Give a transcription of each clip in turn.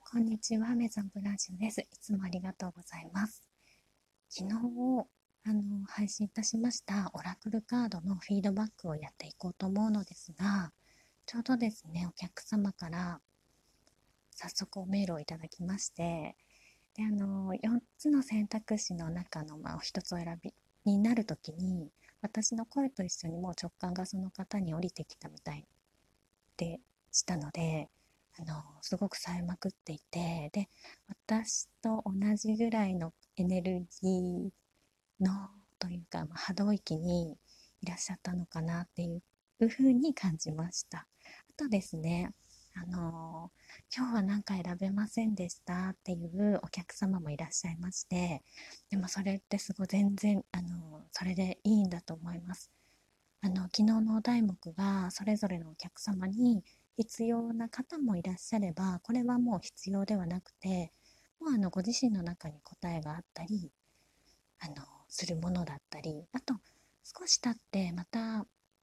こんにちは、メゾンブラジオです。いつもありがとうございます。昨日、配信いたしましたオラクルカードのフィードバックをやっていこうと思うのですが、ちょうどですね、お客様から早速メールをいただきまして、で、4つの選択肢の中の、1つお選びになるときに、私の声と一緒にもう直感がその方に降りてきたみたいでしたので、すごく冴えまくっていて、で、私と同じぐらいのエネルギーのというか、波動域にいらっしゃったのかなっていうふうに感じました。あとですね、あの今日は何か選べませんでしたっていうお客様もいらっしゃいまして、でもそれってすごい全然それでいいんだと思います。昨日のお題目がそれぞれのお客様に必要な方もいらっしゃれば、これはもう必要ではなくて、もうご自身の中に答えがあったりあのするものだったり、あと少し経ってまた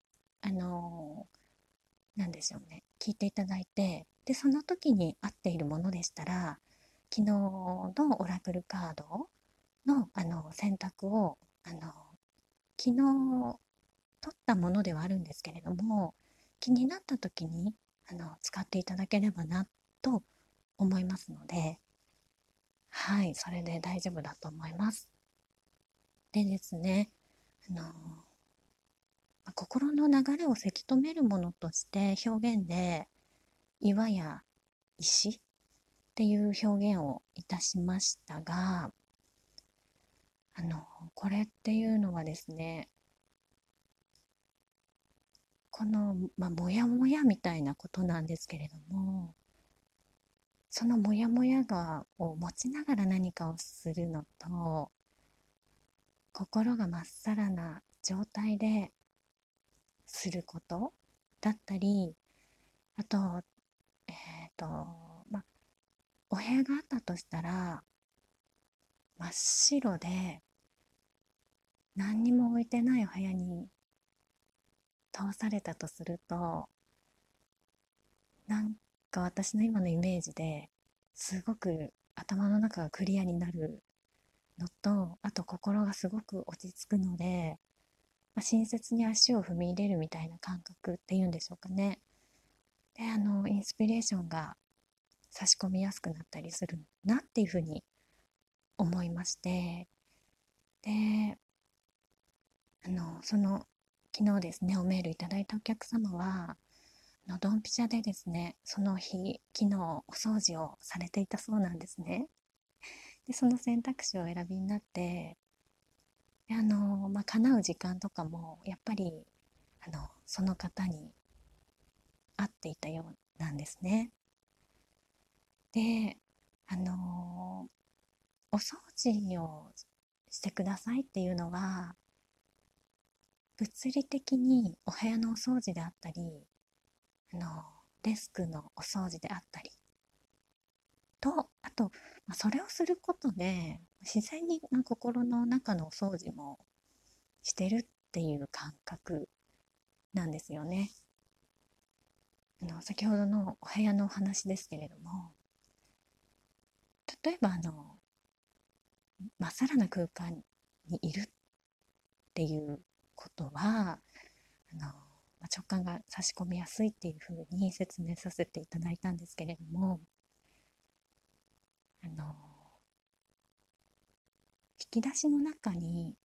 なんでしょうね、聞いていただいて、でその時に合っているものでしたら、昨日のオラクルカードの選択を昨日取ったものではあるんですけれども、気になった時に使っていただければなと思いますので、はい、それで大丈夫だと思います。でですね、あの心の流れをせき止めるものとして表現で、岩や石っていう表現をいたしましたが、これっていうのはですね、この、モヤモヤみたいなことなんですけれども、そのモヤモヤを持ちながら何かをするのと、心がまっさらな状態ですることだったり、あと、えっと、まあ、お部屋があったとしたら、真っ白で何にも置いてないお部屋に通されたとすると、なんか私の今のイメージですごく頭の中がクリアになるのと、あと心がすごく落ち着くので、親切に足を踏み入れるみたいな感覚っていうんでしょうかね。で、インスピレーションが差し込みやすくなったりするなっていうふうに思いまして、で、昨日ですね、おメールいただいたお客様は、ドンピシャでですね、その日、昨日お掃除をされていたそうなんですね。で、その選択肢をお選びになって、で叶う時間とかも、やっぱり、その方に合っていたようなんですね。で、あのお掃除をしてくださいっていうのは、物理的にお部屋のお掃除であったり、あのデスクのお掃除であったりと、あと、それをすることで自然に心の中のお掃除もしてるっていう感覚なんですよね。先ほどのお部屋のお話ですけれども、例えばまっさらな空間にいるっていうことは、直感が差し込みやすいっていうふうに説明させていただいたんですけれども、あの引き出しの中に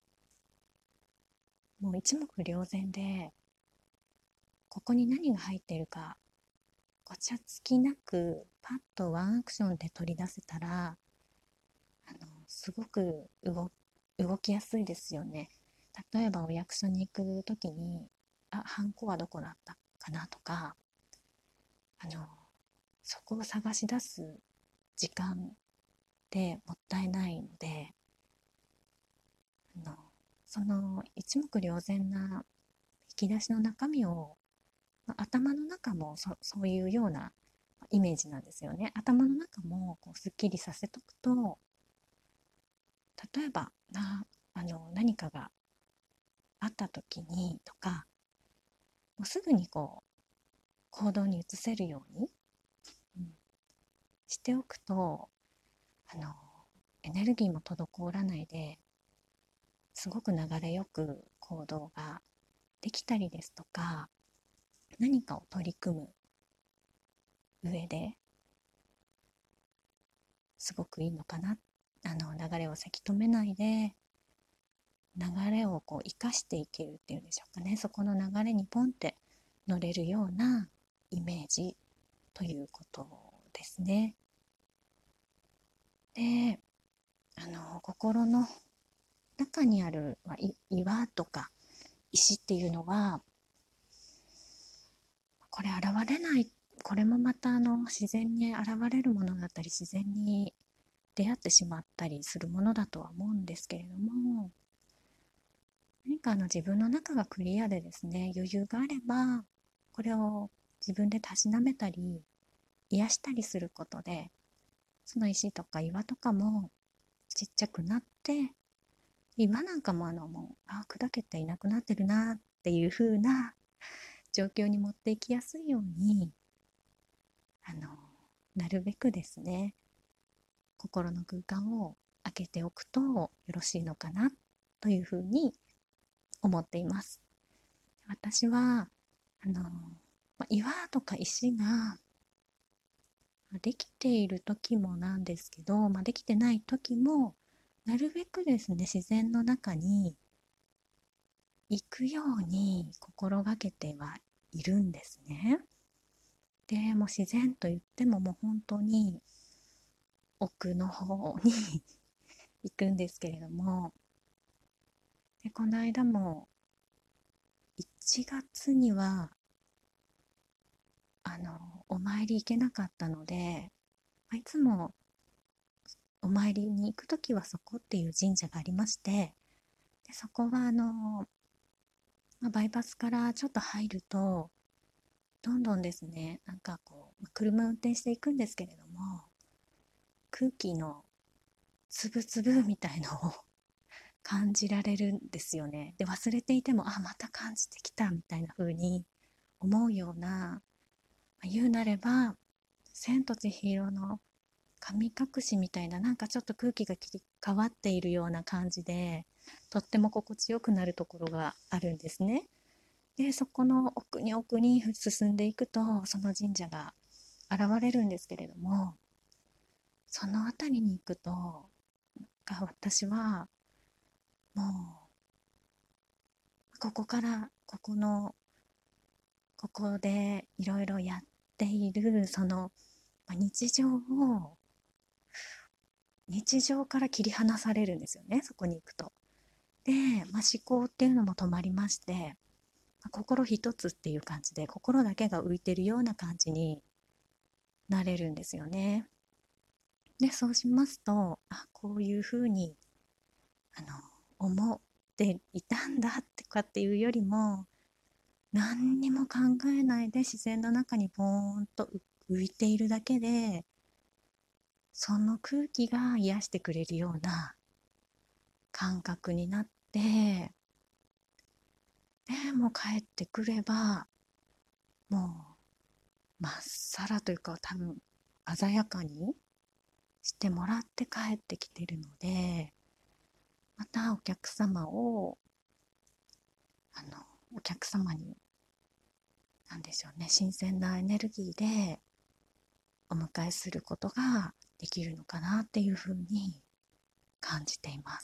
もう一目瞭然で、ここに何が入っているかごちゃつきなくパッとワンアクションで取り出せたら、すごく動きやすいですよね。例えばお役所に行く時に、ハンコはどこだったかなとか、あのそこを探し出す時間ってもったいないので、あのその一目瞭然な引き出しの中身を、頭の中もそういうようなイメージなんですよね。頭の中もこうすっきりさせとくと、例えば何かがあった時にとか、もうすぐにこう行動に移せるように、うん、 しておくと、あのエネルギーも滞らないですごく流れよく行動ができたりですとか、何かを取り組む上ですごくいいのかな。流れをせき止めないで、流れをこう生かしていけるっていうんでしょうかね。そこの流れにポンって乗れるようなイメージということですね。で、心の中にある、岩とか石っていうのは、これ現れない、これもまた自然に現れるものだったり、自然に出会ってしまったりするものだとは思うんですけれども、何か自分の中がクリアでですね、余裕があれば、これを自分でたしなめたり、癒したりすることで、その石とか岩とかもちっちゃくなって、岩なんかももう砕けていなくなってるなっていう風な状況に持っていきやすいように、あのなるべくですね、心の空間を開けておくとよろしいのかなというふうに思っています。私は岩とか石ができている時もなんですけど、できてない時もなるべくですね、自然の中に行くように心がけてはいるんですね。でもう自然と言ってももう本当に奥の方に行くんですけれども、でこの間も1月にはお参り行けなかったので、いつもお参りに行くときはそこっていう神社がありまして、でそこはバイパスからちょっと入るとどんどんですね、なんかこう、車運転していくんですけれども、空気のつぶつぶみたいのを感じられるんですよね。で忘れていても、また感じてきたみたいな風に思うような、言うなれば千と千尋の神隠しみたいな、なんかちょっと空気が切り替わっているような感じで、とっても心地よくなるところがあるんですね。でそこの奥に奥に進んでいくと、その神社が現れるんですけれども、その辺りに行くと、私はもうここからここでいろいろやっているその、日常から切り離されるんですよね、そこに行くと。で、思考っていうのも止まりまして、心一つっていう感じで、心だけが浮いてるような感じになれるんですよね。でそうしますと、こういうふうにあの思っていたんだってかっていうよりも、何にも考えないで自然の中にポーンと浮いているだけで、その空気が癒してくれるような感覚になって、でもう帰ってくれば、もうまっさらというか、多分鮮やかにしてもらって帰ってきてるので、またあのお客様に、なんでしょうね、新鮮なエネルギーでお迎えすることができるのかなっていうふうに感じています。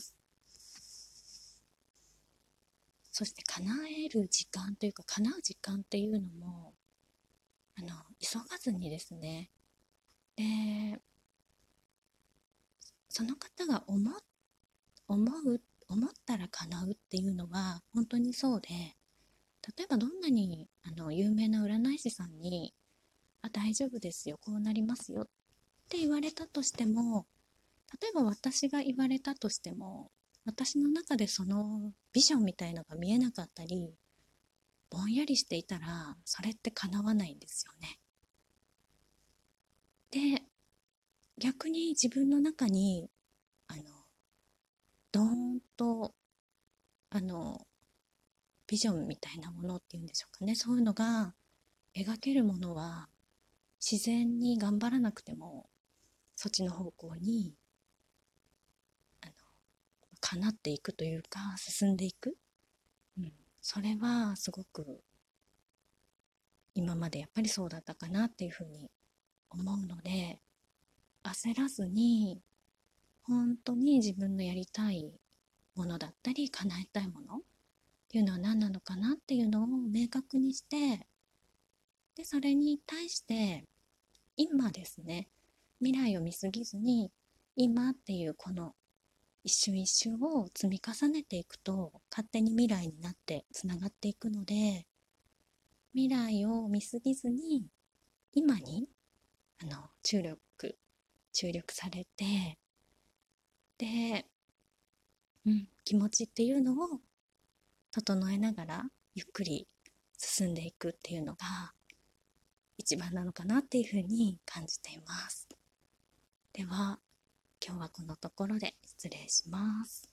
そして叶える時間というか、叶う時間っていうのも急がずにですね、でその方が思う思ったら叶うっていうのは本当にそうで、例えばどんなに有名な占い師さんに大丈夫ですよ、こうなりますよって言われたとしても、例えば私が言われたとしても、私の中でそのビジョンみたいのが見えなかったり、ぼんやりしていたら、それって叶わないんですよね。で、逆に自分の中にあのドーンとあのビジョンみたいなものっていうんでしょうかね、そういうのが描けるものは自然に頑張らなくてもそっちの方向にかなっていくというか進んでいく、それはすごく今までやっぱりそうだったかなっていうふうに思うので、焦らずに本当に自分のやりたいものだったり叶えたいものっていうのは何なのかなっていうのを明確にして、でそれに対して今ですね、未来を見すぎずに今っていうこの一瞬一瞬を積み重ねていくと勝手に未来になってつながっていくので、未来を見すぎずに今に注力されて、で、気持ちっていうのを整えながらゆっくり進んでいくっていうのが一番なのかなっていうふうに感じています。では今日はこのところで失礼します。